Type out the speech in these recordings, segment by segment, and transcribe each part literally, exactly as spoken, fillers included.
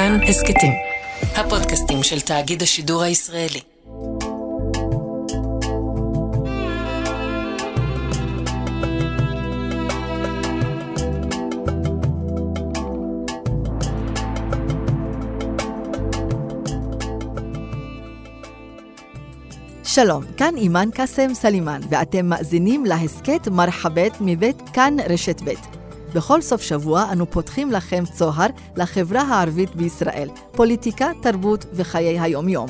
כאן הסקטים, הפודקאסטים של תאגיד השידור הישראלי. שלום, כאן אימן קסם סלימן, ואתם מאזינים להסקט מרחבת מבית כאן רשת בית. בכל סוף שבוע אנו פותחים לכם צוהר לחברה הערבית בישראל, פוליטיקה, תרבות וחיי היום-יום.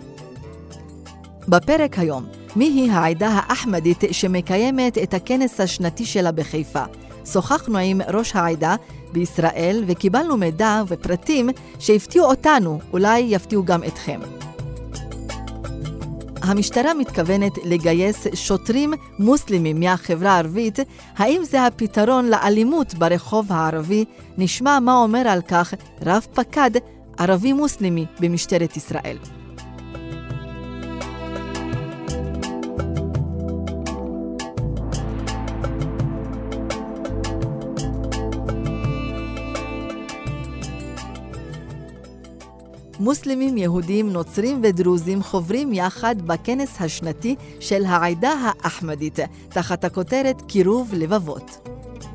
בפרק היום, מיהי העדה האחמדית שמקיימת את הכנס השנתי שלה בחיפה? שוחחנו עם ראש העדה בישראל וקיבלנו מידע ופרטים שהפתיעו אותנו, אולי יפתיעו גם אתכם. המשטרה מתכוונת לגייס שוטרים מוסלמים מהחברה הערבית. האם זה הפתרון לאלימות ברחוב הערבי? נשמע מה אומר על כך רב פקד ערבי מוסלמי במשטרת ישראל. מוסלמים, יהודים, נוצרים ודרוזים חוברים יחד בכנס השנתי של העדה האחמדית, תחת הכותרת קירוב לבבות.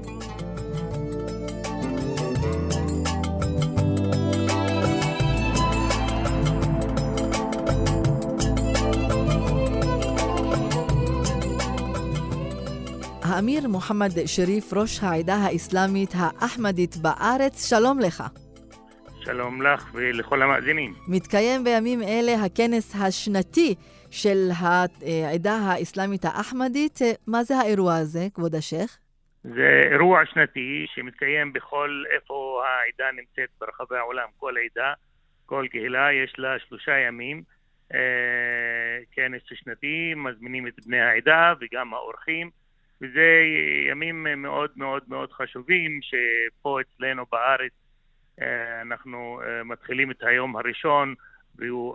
האמיר מוחמד שריף, ראש העדה האסלאמית האחמדית בארץ, שלום לך. שלום לך ולכל המאזינים. מתקיים בימים אלה הכנס השנתי של העדה האסלאמית האחמדית. מה זה האירוע הזה, כבוד השייך? זה אירוע שנתי שמתקיים בכל איפה העדה נמצאת ברחבי העולם. כל עדה, כל קהילה יש לה שלושה ימים. כנס שנתי, מזמינים את בני העדה וגם האורחים. וזה ימים מאוד מאוד מאוד חשובים שפה אצלנו בארץ אנחנו מתחילים את היום הראשון והוא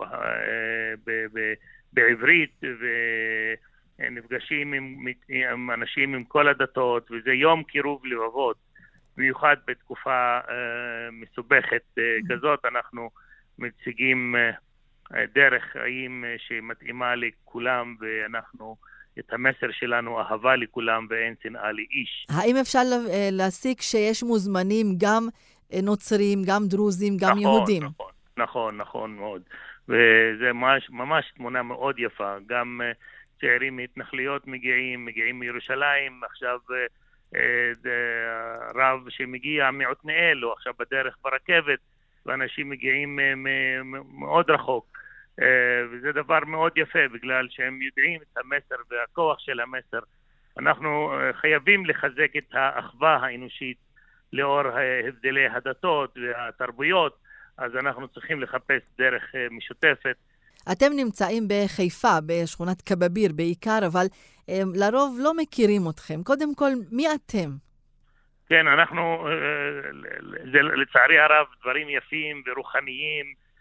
בעברית ונפגשים עם אנשים עם כל הדתות, וזה יום קירוב לבבות, במיוחד בתקופה מסובכת כזאת. אנחנו מציגים דרך חיים שמתאימה לכולם, ואנחנו את המסר שלנו אהבה לכולם ואין שנאה לאיש. האם אפשר להסיק שיש מוזמנים גם נוצרים, גם דרוזים, גם נכון, יהודים? נכון, נכון, נכון מאוד. וזה ממש, ממש תמונה מאוד יפה. גם uh, צעירים מהתנחלויות מגיעים, מגיעים מירושלים. עכשיו uh, uh, רב שמגיע מעתניאל, או עכשיו בדרך ברכבת, ואנשים מגיעים uh, מאוד רחוק. Uh, וזה דבר מאוד יפה, בגלל שהם יודעים את המסר והכוח של המסר. אנחנו uh, חייבים לחזק את האחווה האנושית, לאור הבדלי הדתות והתרבויות, אז אנחנו צריכים לחפש דרך משותפת. אתם נמצאים בחיפה, בשכונת קבביר בעיקר, אבל הם, לרוב לא מכירים אתכם. קודם כל, מי אתם? כן, אנחנו, זה, לצערי הרב, דברים יפים ורוחניים,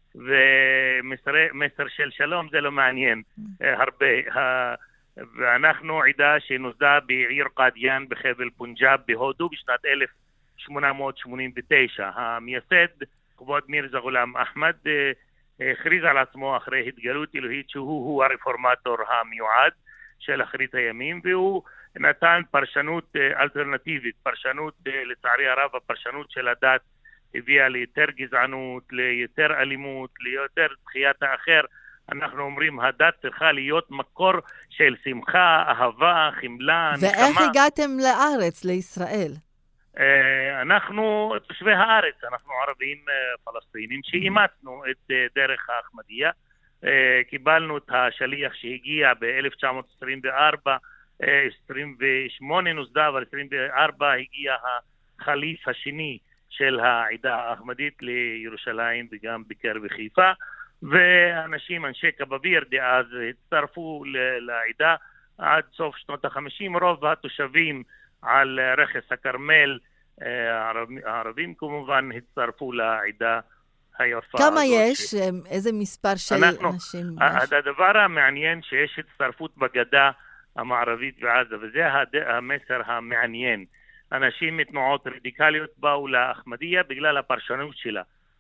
ומסר של שלום זה לא מעניין הרבה. ואנחנו עדה שנוסדה בעיר קאדיאן בחבל פונג'אב בהודו בשנת אלף שמונה מאות שמונים ותשע. המייסד, כבוד מירזה גולאם אחמד, הכריז על עצמו אחרי התגלות אלוהית שהוא הרפורמטור המיועד של אחרית הימים, והוא נתן פרשנות אלטרנטיבית, פרשנות, לצערי הרב, הפרשנות של הדת הביאה ליותר גזענות, ליותר אלימות, ליותר דחיית האחר. אנחנו אומרים, הדת צריכה להיות מקור של שמחה, אהבה, חמלה, נקמה. ואיך הגעתם לארץ, לישראל? אנחנו תושבי הארץ, אנחנו ערבים פלסטינים שאימצנו את דרך האחמדיה. קיבלנו את השליח שהגיע ב-אלף תשע מאות עשרים וארבע, עשרים ושמונה נוסדה, אבל עשרים וארבע הגיע החליף השני של העדה האחמדית לירושלים וגם ביקר בחיפה, ואנשים, אנשי קבביר דאז, הצטרפו לעדה עד סוף שנות ה-חמישים. רוב התושבים על רכס הכרמל, הערבים, הערבים כמובן, הצטרפו לעדה היפה. כמה יש? ש... איזה מספר של אנחנו, אנשים? הדבר המעניין שיש הצטרפות בגדה המערבית בעזה, וזה הד... המסר המעניין. אנשים מתנועות רדיקליות באו לאחמדיה בגלל הפרשנות שלה.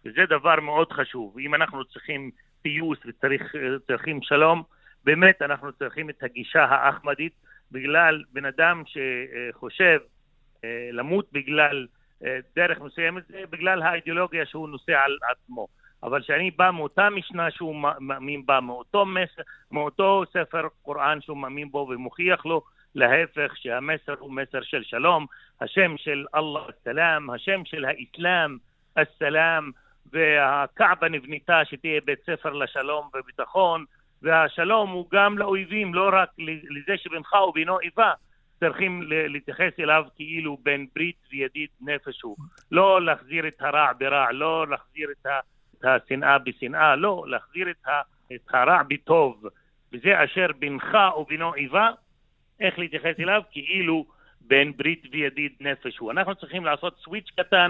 וזה דבר מאוד חשוב. אם אנחנו צריכים פיוס וצריכים שלום, באמת אנחנו צריכים את הגישה האחמדית, בגלל בן אדם שחושב למות בגלל דרך מסוימת, בגלל האידיאולוגיה שהוא נושא על עצמו. אבל שאני בא מאותה משנה שהוא מאמין בה, מאותו, מס, מאותו ספר קוראן שהוא מאמין בו, ומוכיח לו להפך שהמסר הוא מסר של שלום, השם של אללה הסלאם, השם של האסלאם הסלאם, והקעבה נבנתה שתהיה בית ספר לשלום וביטחון, והשלום הוא גם לאויבים, לא רק לזה שבינך ובינו איבה, צריכים להתייחס אליו כאילו בין ברית וידיד נפש הוא. לא להחזיר את הרע ברע, לא להחזיר את השנאה בשנאה, לא, להחזיר את הרע בטוב, וזה אשר בינך ובינו איבה, איך להתייחס אליו כאילו בין ברית וידיד נפש הוא. אנחנו צריכים לעשות סוויץ' קטן,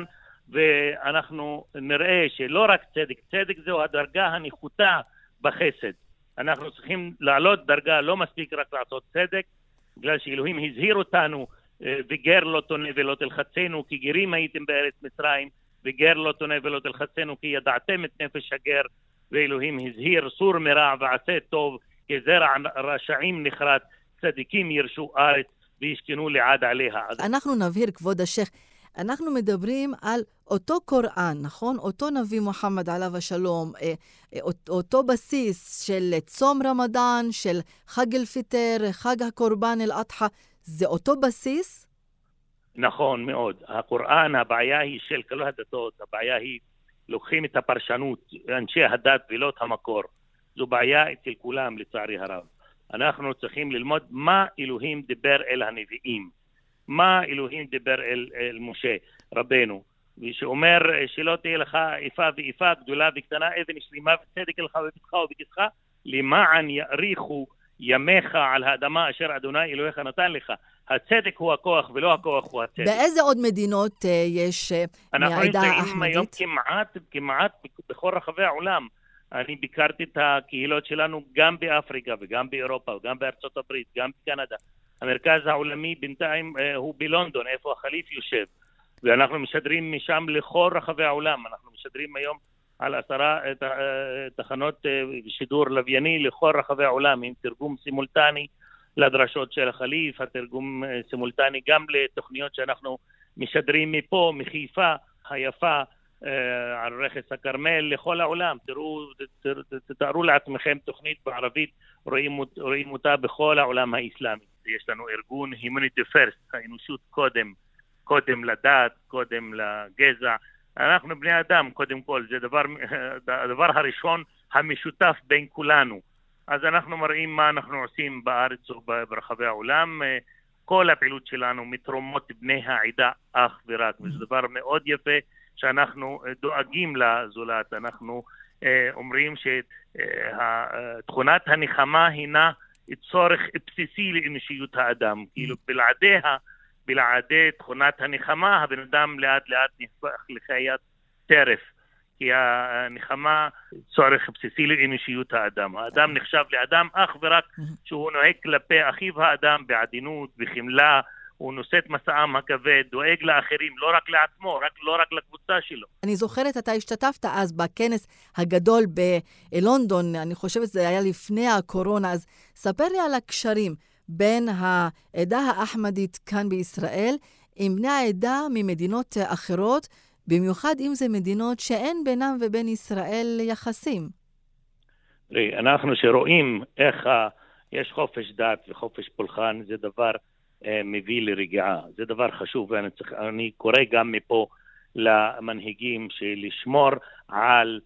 ואנחנו נראה שלא רק צדק, צדק זהו הדרגה הנחותה בחסד. אנחנו צריכים לעלות דרגה, לא מספיק רק לעשות צדק, בגלל שאלוהים הזהיר אותנו, וגר לא תונה ולא תלחצנו, כי גרים הייתם בארץ מצרים, וגר לא תונה ולא תלחצנו, כי ידעתם את נפש הגר, ואלוהים הזהיר, סור מרע ועשה טוב, כי זרע רשעים נחרט, צדיקים ירשו ארץ, וישכנו לעד עליה. אנחנו נבהיר, כבוד השייך, אנחנו מדברים על אותו קוראן, נכון? אותו נביא מוחמד עליו השלום, אותו בסיס של צום רמדאן, של חג אל-פיטר, חג הקורבן אל-אדחא, זה אותו בסיס? נכון מאוד. הקוראן, הבעיה היא של כל הדתות, הבעיה היא לוקחים את הפרשנות, אנשי הדת ולא את המקור. זו בעיה אצל כולם לצערי הרב. אנחנו צריכים ללמוד מה אלוהים דיבר אל הנביאים. מה אלוהים דיבר אל, אל משה רבנו, ושאומר שלא תהיה לך איפה ואיפה, גדולה וקטנה, אבן שלמה וצדק לך ובטחה ובכסך, למען יאריכו ימיך על האדמה אשר אדוני אלוהיך נתן לך. הצדק הוא הכוח ולא הכוח הוא הצדק. באיזה עוד מדינות uh, יש uh, מהעדה האחמדית? אנחנו היום כמעט, כמעט בכל רחבי העולם. אני ביקרתי את הקהילות שלנו גם באפריקה וגם באירופה וגם בארצות הברית, גם בקנדה. המרכז העולמי בינתיים הוא בלונדון, איפה החליף יושב, ואנחנו משדרים משם לכל רחבי העולם. אנחנו משדרים היום על עשרה תחנות שידור לווייני לכל רחבי העולם, עם תרגום סימולטני לדרשות של החליף, התרגום סימולטני גם לתוכניות שאנחנו משדרים מפה, מחיפה היפה, על רכס הכרמל לכל העולם. תראו, תתארו לעצמכם תוכנית בערבית, רואים, רואים אותה בכל העולם האסלאמי. יש לנו ארגון Humanity First, האנושות קודם, קודם לדת, קודם לגזע. אנחנו בני אדם, קודם כל, זה דבר, הדבר הראשון המשותף בין כולנו. אז אנחנו מראים מה אנחנו עושים בארץ וברחבי העולם. כל הפעילות שלנו מתרומות בני העדה אך ורק, וזה דבר מאוד יפה שאנחנו דואגים לזולת. אנחנו אומרים שתכונת הנחמה הינה צורך בסיסי לאנושיות האדם. כאילו בלעדיה, בלעדי תכונת הנחמה, הבן אדם לאט לאט נהפך לחיית טרף. כי הנחמה צורך בסיסי לאנושיות האדם. האדם נחשב לאדם אך ורק שהוא נוהג כלפי אחיו האדם בעדינות, בחמלה, הוא נושא את מסעם הכבד, דואג לאחרים, לא רק לעצמו, רק, לא רק לקבוצה שלו. אני זוכרת, אתה השתתפת אז בכנס הגדול בלונדון, אני חושבת שזה היה לפני הקורונה, אז ספר לי על הקשרים בין העדה האחמדית כאן בישראל, עם בני העדה ממדינות אחרות, במיוחד אם זה מדינות שאין בינם ובין ישראל יחסים. אנחנו שרואים איך יש חופש דת וחופש פולחן, זה דבר מביא לרגיעה. זה דבר חשוב, ואני צריך, אני קורא גם מפה למנהיגים שלשמור על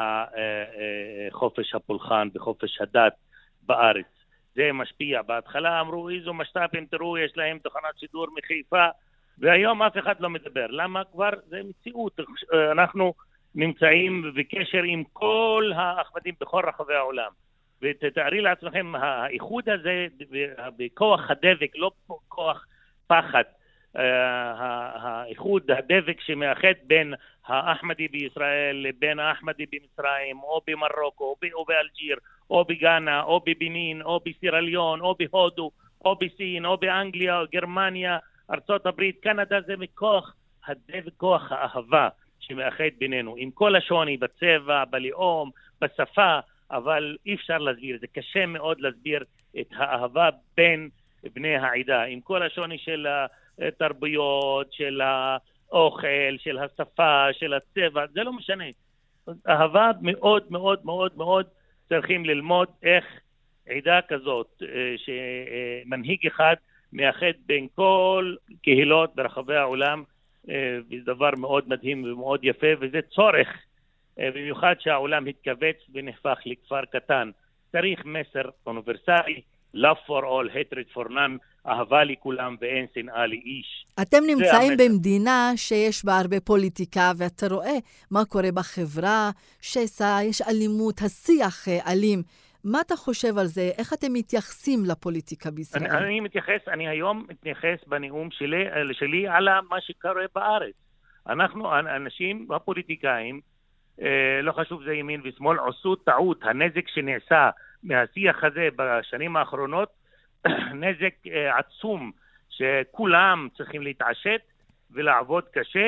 חופש הפולחן וחופש הדת בארץ. זה משפיע. בהתחלה אמרו, איזו משת"פים, תראו, יש להם תחנת שידור מחיפה, והיום אף אחד לא מדבר. למה? כבר זה מציאות. אנחנו נמצאים בקשר עם כל האחמדים בכל רחבי העולם. ותתארי לעצמכם, האיחוד הזה בכוח הדבק, לא כוח פחד, האיחוד, הדבק שמאחד בין האחמדי בישראל לבין האחמדי במצרים, או במרוקו, או באלג'יר, או בגאנה, או בבנין, או בסירליון, או בהודו, או בסין, או באנגליה, או גרמניה, ארצות הברית, קנדה, זה מכוח הדבק, כוח האהבה שמאחד בינינו, עם כל השוני בצבע, בלאום, בשפה, אבל אי אפשר להסביר, זה קשה מאוד להסביר את האהבה בין בני העדה, עם כל השוני של התרבויות, של האוכל, של השפה, של הצבע, זה לא משנה. אהבה מאוד מאוד מאוד מאוד צריכים ללמוד איך עדה כזאת, שמנהיג אחד מאחד בין כל קהילות ברחבי העולם, וזה דבר מאוד מדהים ומאוד יפה, וזה צורך, במיוחד שהעולם התכווץ ונהפך לכפר קטן. צריך מסר אוניברסלי, love for all, hatred for none, אהבה לכולם ואין שנאה לאיש. אתם נמצאים במדינה שיש בה הרבה פוליטיקה, ואתה רואה מה קורה בחברה, שסע, יש אלימות, השיח אלים. מה אתה חושב על זה? איך אתם מתייחסים לפוליטיקה בישראל? אני, אני מתייחס, אני היום מתייחס בנאום שלי, שלי על מה שקורה בארץ. אנחנו, האנשים, הפוליטיקאים, לא חשוב זה ימין ושמאל, עשו טעות. הנזק שנעשה מהשיח הזה בשנים האחרונות, נזק עצום, שכולם צריכים להתעשת ולעבוד קשה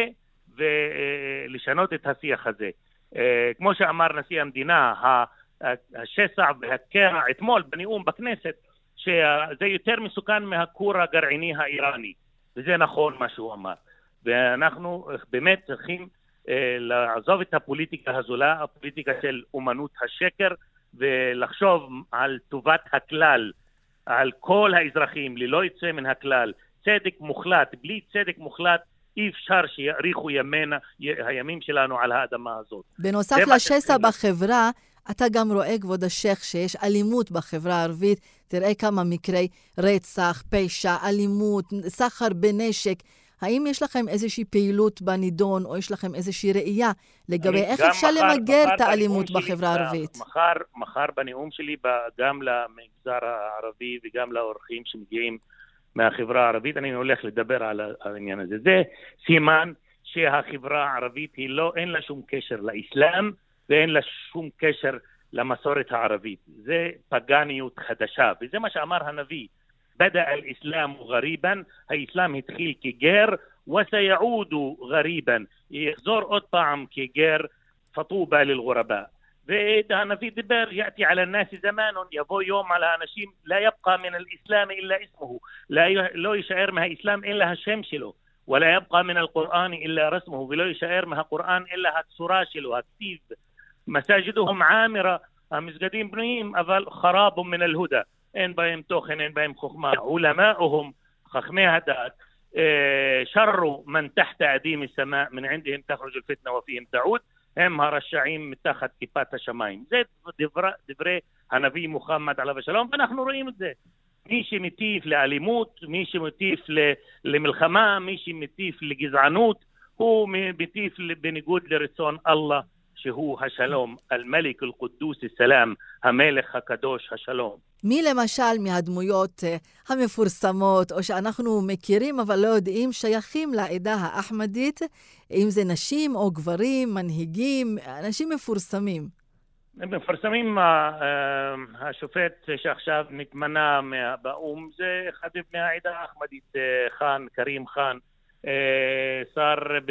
ולשנות את השיח הזה. כמו שאמר נשיא המדינה, השסע והקרע אתמול בנאום בכנסת, שזה יותר מסוכן מהכור הגרעיני האיראני, וזה נכון מה שהוא אמר. ואנחנו באמת צריכים לעזוב את הפוליטיקה הזולה, הפוליטיקה של אומנות השקר, ולחשוב על טובת הכלל, על כל האזרחים, ללא יצא מן הכלל, צדק מוחלט. בלי צדק מוחלט אי אפשר שיאריכו ימינה, הימים שלנו על האדמה הזאת. בנוסף לשסע בחברה, אתה גם רואה, כבוד השייך, שיש אלימות בחברה הערבית. תראה כמה מקרי רצח, פשע, אלימות, סחר בנשק. האם יש לכם איזושהי פעילות בנידון, או יש לכם איזושהי ראייה לגבי איך אפשר למגר את האלימות בחברה הערבית? מחר, מחר בנאום שלי, גם למגזר הערבי וגם לאורחים שמגיעים מהחברה הערבית, אני הולך לדבר על העניין הזה. זה סימן שהחברה הערבית היא לא, אין לה שום קשר לאסלאם, ואין לה שום קשר למסורת הערבית. זה פגניות חדשה, וזה מה שאמר הנביא. بدأ الإسلام غريبا, האסלאם התחיל כגר, وسيعود غريبا, יחזור עוד פעם כגר, فطوبى للغرباء. והנביא דיבר, يأتي على الناس زمان, יבוא יום על האנשים, لا يبقى من الإسلام إلا اسمه, לא יישאר מהאסלאם אלא השם שלו, ولا يبقى من القرآن إلا رسمه, ולא יישאר מהקוראן אלא הצורה שלו, הכתיב. مساجدهم عامرة, המסגדים בנויים, אבל خراب من الهدى, אין בהם תוכן, אין בהם חוכמה. עולמאוהם, חכמי הדעת, שרו מן תחת אדים הסמא, מן ענדיהם תחרג الفتنة ופיהם תעוד, הם הרשעים מתחת כיפת השמיים. זה דברי, דברי הנביא מוחמד עליו השלום, ואנחנו רואים את זה. מי שמטיף לאלימות, מי שמטיף למלחמה, מי שמטיף לגזענות, הוא מטיף בניגוד לרצון אללה, שהוא השלום, המלך הקדוס הסלאם, המלך הקדוש השלום. מי למשל מהדמויות המפורסמות, או שאנחנו מכירים אבל לא יודעים, שייכים לעדה האחמדית, אם זה נשים או גברים, מנהיגים, אנשים מפורסמים? מפורסמים, השופט שעכשיו נתמנה באום, זה אחד מבני העדה האחמדית, חאן, קרים חאן, שר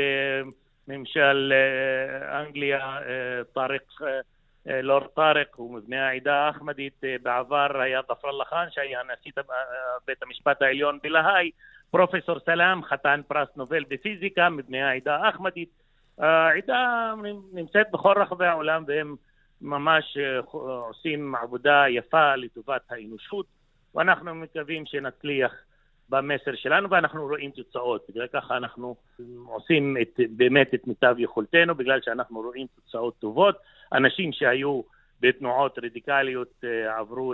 בממשל אנגליה, טארק, לורד טארק, הוא מבני העדה האחמדית. בעבר היה נסראללה חאן שהיה נשיא בית המשפט העליון בלהאי, פרופסור סלאם, חתן פרס נובל בפיזיקה, מבני העדה האחמדית. העדה נמצאת בכל רחבי העולם, והם ממש עושים עבודה יפה לטובת האנושות, ואנחנו מקווים שנצליח במסר שלנו, ואנחנו רואים תוצאות. בגלל ככה אנחנו עושים את, באמת את מיטב יכולתנו, בגלל שאנחנו רואים תוצאות טובות. אנשים שהיו בתנועות רדיקליות עברו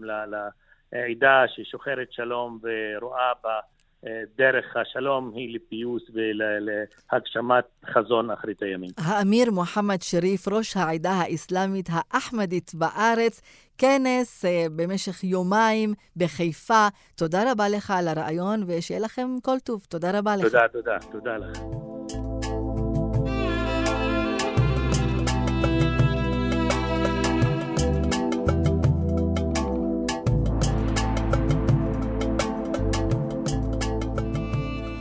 לעדה ששוחרת שלום ורואה בדרך השלום היא לפיוס ולהגשמת חזון אחרית הימים. האמיר מוחמד שריף, ראש העדה האסלאמית האחמדית בארץ, כנס במשך יומיים בחיפה. תודה רבה לך על הרעיון, ושיהיה לכם כל טוב. תודה רבה לך. תודה, תודה, תודה לך.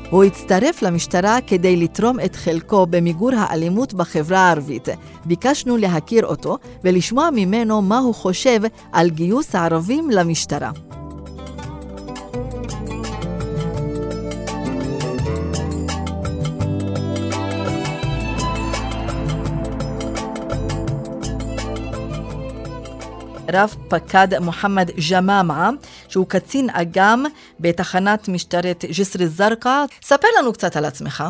הוא הצטרף למשטרה כדי לתרום את חלקו במיגור האלימות בחברה הערבית. ביקשנו להכיר אותו ולשמוע ממנו מה הוא חושב על גיוס הערבים למשטרה. רב פקד מוחמד ג'מאמה, שהוא קצין אג"ם בתחנת משטרת ג'סר א-זרקא. ספר לנו קצת על עצמך.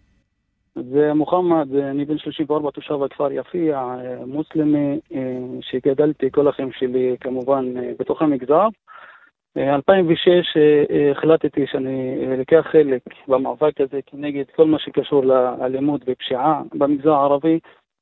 זה מוחמד, אני בן שלושים וארבע, תושב הכפר יפיע, מוסלמי, שגדלתי כל החיים שלי כמובן בתוך המגזר. אלפיים ושש החלטתי שאני לקח חלק במאבק הזה כנגד כל מה שקשור לאלימות ופשיעה במגזר הערבי,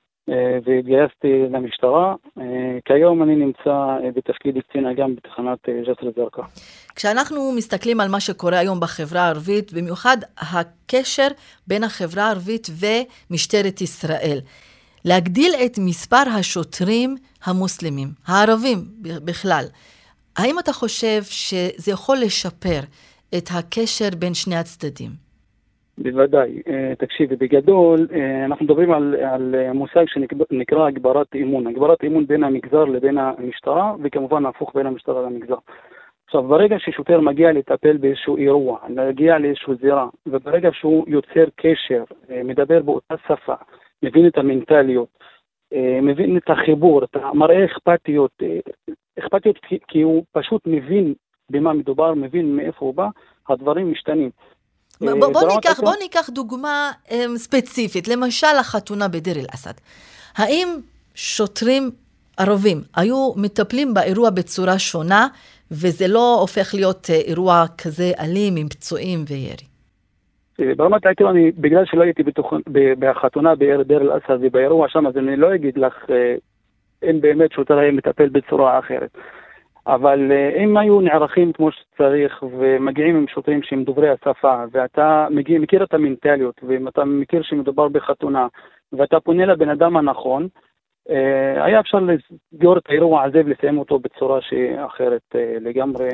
והתגייסתי למשטרה. כיום אני נמצא בתפקיד קצין אג"ם בתחנת ג'סר א-זרקא. כשאנחנו מסתכלים על מה שקורה היום בחברה הערבית, במיוחד הקשר בין החברה הערבית ומשטרת ישראל, להגדיל את מספר השוטרים המוסלמים, הערבים בכלל, האם אתה חושב שזה יכול לשפר את הקשר בין שני הצדדים? בוודאי. תקשיבי, בגדול, אנחנו מדברים על, על מושג שנקרא הגברת אימון. הגברת אימון בין המגזר לבין המשטרה, וכמובן הפוך בין המשטרה למגזר. עכשיו, ברגע ששוטר מגיע לטפל באיזשהו אירוע, מגיע לאיזשהו זירה, וברגע שהוא יוצר קשר, מדבר באותה שפה, מבין את המנטליות, מבין את החיבור, את המראה אכפתיות, אכפתיות כי, כי הוא פשוט מבין במה מדובר, מבין מאיפה הוא בא, הדברים משתנים. בוא, בוא, ניקח, בוא ניקח דוגמה um, ספציפית, למשל החתונה בדיר אל-אסד. האם שוטרים ערבים היו מטפלים באירוע בצורה שונה, וזה לא הופך להיות אירוע כזה אלים עם פצועים וירי? ברמת העיקר, אני, בגלל שלא הייתי בתוך, בחתונה בדיר אל-אסד ובאירוע שם, אז אני לא אגיד לך אם באמת שוטר היה מטפל בצורה אחרת. אבל אם היו נערכים כמו שצריך ומגיעים עם שוטרים שהם דוברי השפה, ואתה מגיע, מכיר את המנטליות, ואתה מכיר שמדובר בחתונה, ואתה פונה לבן אדם הנכון, היה אפשר לסגור את האירוע הזה ולסיים אותו בצורה שאחרת לגמרי.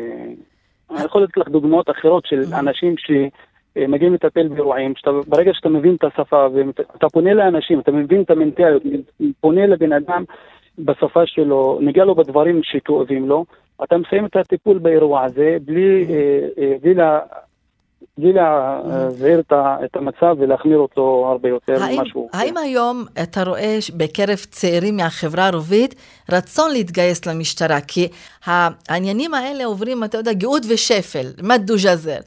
אני יכול לתת לך דוגמאות אחרות של אנשים שמגיעים לטפל באירועים, ברגע שאתה מבין את השפה ואתה פונה לאנשים, אתה מבין את המנטליות, פונה לבן אדם בשפה שלו, ניגע לו בדברים שכואבים לו, אתה מסיים את הטיפול באירוע הזה בלי, בלי, לה, בלי להזהיר את המצב ולהחמיר אותו הרבה יותר. האם, משהו. האם היום אתה רואה בקרב צעירים מהחברה הערבית רצון להתגייס למשטרה? כי העניינים האלה עוברים, אתה יודע, גאות ושפל, מדו ג'זר.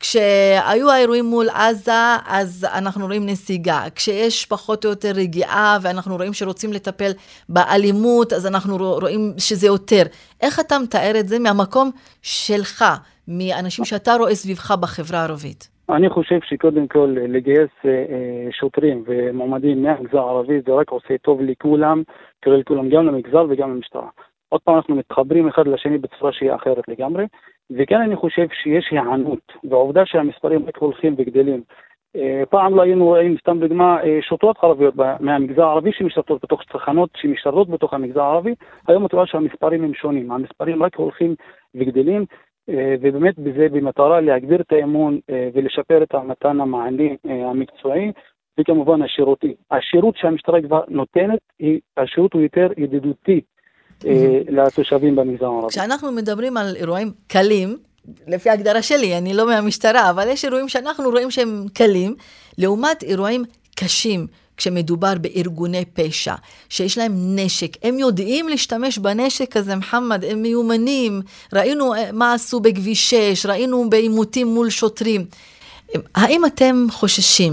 כשהיו האירועים מול עזה, אז אנחנו רואים נסיגה. כשיש פחות או יותר רגיעה, ואנחנו רואים שרוצים לטפל באלימות, אז אנחנו רואים שזה יותר. איך אתה מתאר את זה מהמקום שלך, מאנשים שאתה רואה סביבך בחברה הערבית? אני חושב שקודם כל לגייס שוטרים ומועמדים מהמגזר הערבי, זה רק עושה טוב לכולם, כולל כולם, גם למגזר וגם למשטרה. עוד פעם אנחנו מתחברים אחד לשני בצורה שהיא אחרת לגמרי, וכאן אני חושב שיש הענות, והעובדה שהמספרים רק הולכים וגדלים. פעם לא היינו רואים, סתם דוגמה, שוטרות ערביות מהמגזר הערבי שמשתתפות בתוך צחנות שמשתתפות בתוך המגזר הערבי, היום אתה רואה שהמספרים הם שונים, המספרים רק הולכים וגדלים, ובאמת בזה במטרה להגביר את האמון ולשפר את המתן המענה המקצועי, וכמובן השירותי. השירות שהמשטרה כבר נותנת, השירות הוא יותר ידידותי, לתושבים במגזר הערבי. כשאנחנו מדברים על אירועים קלים, לפי ההגדרה שלי, אני לא מהמשטרה, אבל יש אירועים שאנחנו רואים שהם קלים, לעומת אירועים קשים, כשמדובר בארגוני פשע, שיש להם נשק, הם יודעים להשתמש בנשק הזה, מחמד, הם מיומנים, ראינו מה עשו בכביש שש, ראינו בעימותים מול שוטרים. האם אתם חוששים?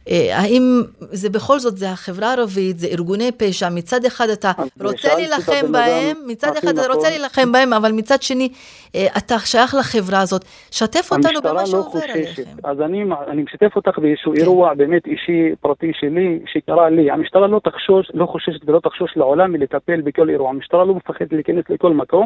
האם זה בכל זאת, זה החברה הערבית, זה ארגוני פשע, מצד אחד אתה רוצה להילחם בהם, מצד אחד אתה רוצה להילחם בהם, אבל מצד שני אתה שייך לחברה הזאת, שתף אותנו במה שעובר עליכם. אז אני, אני משתף אותך באיזשהו אירוע באמת אישי פרטי שלי, שקרה לי. המשטרה לא תחשוש, לא חוששת ולא תחשוש לעולם מלטפל בכל אירוע. המשטרה לא מפחדת להיכנס לכל מקום,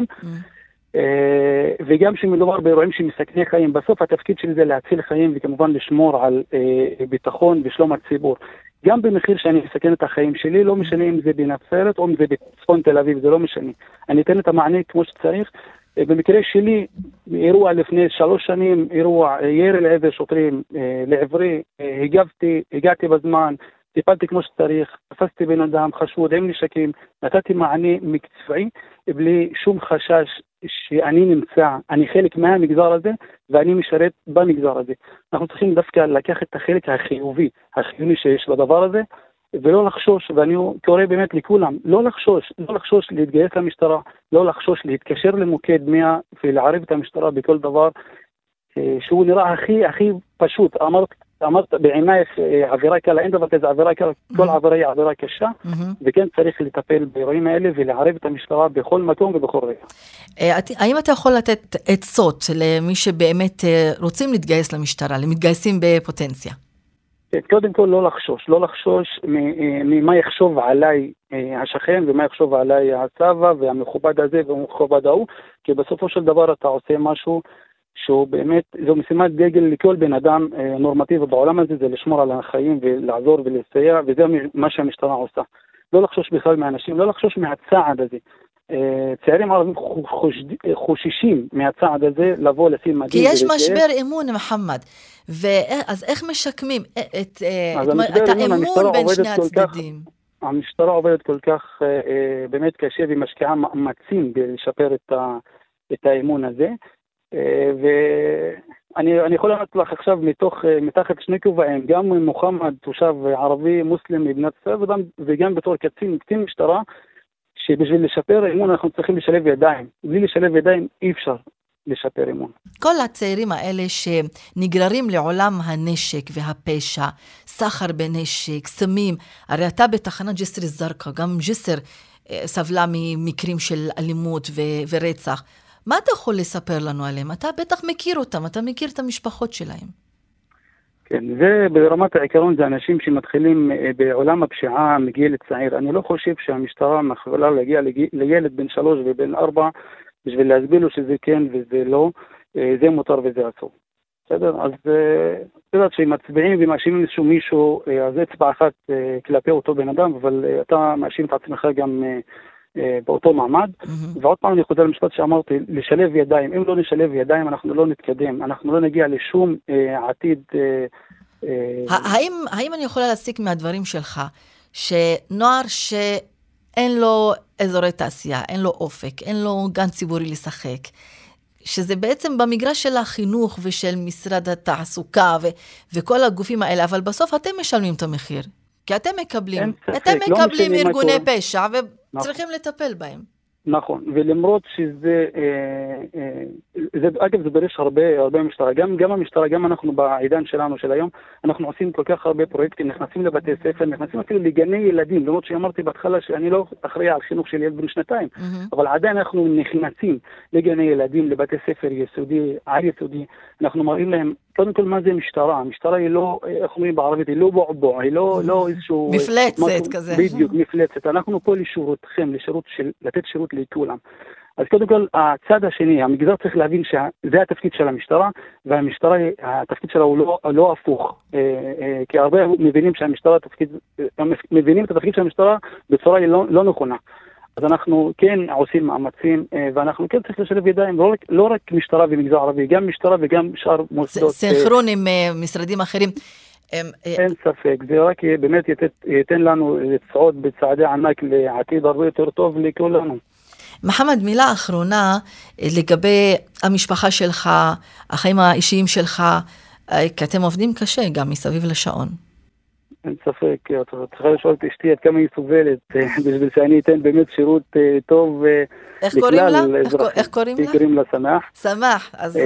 וגם שמדובר באירועים שמסכני חיים, בסוף התפקיד שלי זה להציל חיים וכמובן לשמור על ביטחון ושלום הציבור. גם במחיר שאני מסכן את החיים שלי, לא משנה אם זה בנצרת או אם זה בצפון תל אביב, זה לא משנה. אני אתן את המענה כמו שצריך, במקרה שלי, אירוע לפני שלוש שנים, אירוע ירי לעבר שוטרים לעברי, הגבתי, הגעתי בזמן, טיפלתי כמו שצריך, תפסתי בן אדם חשוד עם נשקים, נתתי מענה מקצועי, בלי שום חשש שאני נמצא, אני חלק מהמגזר הזה, ואני משרת במגזר הזה. אנחנו צריכים דווקא לקחת את החלק החיובי, החיובי שיש בדבר הזה, ולא לחשוש, ואני קורא באמת לכולם, לא לחשוש, לא לחשוש להתגייס למשטרה, לא לחשוש להתקשר למוקד מאה ולערב את המשטרה בכל דבר שהוא נראה הכי הכי פשוט. אמרת, אמרת בעינייך עבירה קלה, אין דבר כזה עבירה קלה, כל עבירה היא עבירה קשה, וכן צריך לטפל באירועים האלה ולערב את המשטרה בכל מקום ובכל רגע. האם אתה יכול לתת עצות למי שבאמת רוצים להתגייס למשטרה, למתגייסים בפוטנציה? קודם כל לא לחשוש, לא לחשוש ממה יחשוב עליי השכן ומה יחשוב עליי הצבא והמכובד הזה והמכובד ההוא, כי בסופו של דבר אתה עושה משהו שהוא באמת, זו משימת דגל לכל בן אדם נורמטיבי בעולם הזה, זה לשמור על החיים ולעזור ולסייע, וזה מה שהמשטרה עושה. לא לחשוש בכלל מהאנשים, לא לחשוש מהצעד הזה. צעירים ערבים חוששים מהצעד הזה לבוא לשים מדים. כי יש משבר אמון, מחמד. אז איך משקמים את האמון בין שני הצדדים? המשטרה עובדת כל כך באמת קשה ומשקיעה מאמצים לשפר את האמון הזה. ואני אני יכול לומר לך עכשיו מתוך מתחת שני כובעים, גם מוחמד תושב ערבי מוסלם מבנת ישראל, וגם, וגם בתור קצין קצין משטרה, שבשביל לשפר אמון אנחנו צריכים לשלב ידיים. בלי לשלב ידיים אי אפשר לשפר אמון. כל הצעירים האלה שנגררים לעולם הנשק והפשע, סחר בנשק, סמים, הרי אתה בתחנת ג'סר א-זרקא, גם ג'סר סבלה ממקרים של אלימות ו- ורצח. מה אתה יכול לספר לנו עליהם? אתה בטח מכיר אותם, אתה מכיר את המשפחות שלהם. כן, זה ברמת העיקרון, זה אנשים שמתחילים בעולם הפשיעה מגיל צעיר. אני לא חושב שהמשטרה יכולה להגיע לילד בן שלוש ובן ארבע, בשביל להסביר לו שזה כן וזה לא, זה מותר וזה אסור. בסדר? אז אתה יודעת שמצביעים ומאשימים איזשהו מישהו, אז אצבע אחת כלפי אותו בן אדם, אבל אתה מאשים את עצמך גם באותו מעמד. ועוד פעם אני חוזר למשפט שאמרתי, לשלב ידיים. אם לא נשלב ידיים, אנחנו לא נתקדם. אנחנו לא נגיע לשום עתיד. האם, האם אני יכולה להסיק מהדברים שלך, שנוער שאין לו אזורי תעשייה, אין לו אופק, אין לו גן ציבורי לשחק, שזה בעצם במגרש של החינוך ושל משרד התעסוקה ו- וכל הגופים האלה, אבל בסוף אתם משלמים את המחיר. כי אתם מקבלים, אתם מקבלים ארגוני פשע וצריכים לטפל בהם. נכון, ולמרות שזה, זה, אגב, זה דורש הרבה, הרבה משטרה. גם, גם המשטרה, גם אנחנו בעידן שלנו של היום, אנחנו עושים כל כך הרבה פרויקטים, נכנסים לבתי ספר, נכנסים אפילו לגני ילדים, למרות שאמרתי בהתחלה שאני לא אחראי על חינוך של ילד בן שנתיים, mm-hmm. אבל עדיין אנחנו נכנסים לגני ילדים, לבתי ספר יסודי, על יסודי, אנחנו מראים להם, קודם כל מה זה משטרה? המשטרה היא לא, איך אומרים בערבית, היא לא בועבוע, היא לא, לא איזשהו... מפלצת משהו, כזה. בדיוק, מפלצת. אנחנו פה לשירותכם, לשירות של, לתת שירות לכולם. אז קודם כל, הצד השני, המגזר צריך להבין שזה התפקיד של המשטרה, והמשטרה, התפקיד שלה הוא לא, לא הפוך. כי הרבה מבינים שהמשטרה, התפקיד, מבינים את התפקיד של המשטרה בצורה לא, לא נכונה. אז אנחנו כן עושים מאמצים, ואנחנו כן צריך לשלב ידיים, לא רק, לא רק משטרה ומגזר ערבי, גם משטרה וגם שאר מוסדות. סנכרון עם משרדים אחרים. אין ספק, זה רק באמת ייתן לנו לצעוד בצעדי ענק לעתיד הרבה יותר טוב לכולנו. מחמד, מילה אחרונה לגבי המשפחה שלך, החיים האישיים שלך, כי אתם עובדים קשה גם מסביב לשעון. אין ספק, אתה צריכה לשאול את אשתי עד כמה היא סובלת, בשביל שאני אתן באמת שירות טוב לכלל אזרחים. איך קוראים לה? קוראים לה שמח. שמח, אז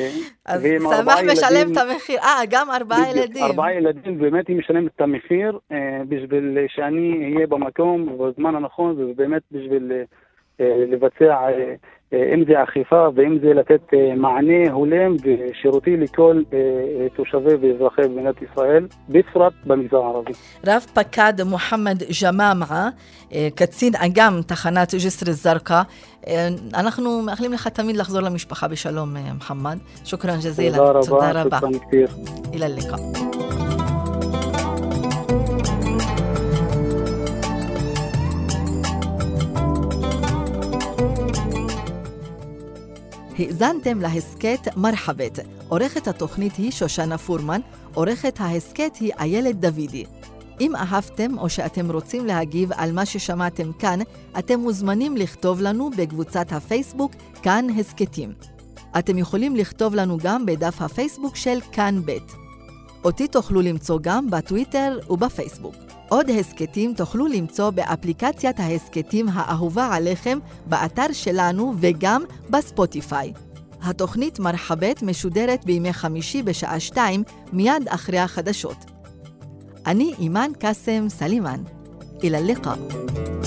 שמח משלם את המחיר. אה, גם ארבעה ילדים. ארבעה ילדים, באמת היא משלמת את המחיר, בשביל שאני אהיה במקום בזמן הנכון, ובאמת בשביל לבצע, אם זה אכיפה ואם זה לתת מענה הולם ושירותי לכל תושבי ואזרחי במדינת ישראל, בפרט במגזר הערבי. רב פקד מוחמד ג'מאמעה, קצין אג"ם תחנת ג'סר א-זרקא, אנחנו מאחלים לך תמיד לחזור למשפחה בשלום, מוחמד. שוקרן ג'זילה. תודה רבה. שוקרן כתיר. إلى اللقاء. האזנתם להסקט מרחבת. עורכת התוכנית היא שושנה פורמן, עורכת ההסקט היא איילת דוידי. אם אהבתם או שאתם רוצים להגיב על מה ששמעתם כאן, אתם מוזמנים לכתוב לנו בקבוצת הפייסבוק כאן הסקטים. אתם יכולים לכתוב לנו גם בדף הפייסבוק של כאן בית. אותי תוכלו למצוא גם בטוויטר ובפייסבוק. עוד הסקטים תוכלו למצוא באפליקציית ההסקטים האהובה עליכם, באתר שלנו וגם בספוטיפיי. התוכנית מרחבת משודרת בימי חמישי בשעה שתיים, מיד אחרי החדשות. אני אימן קאסם סלימן. إلى اللقاء.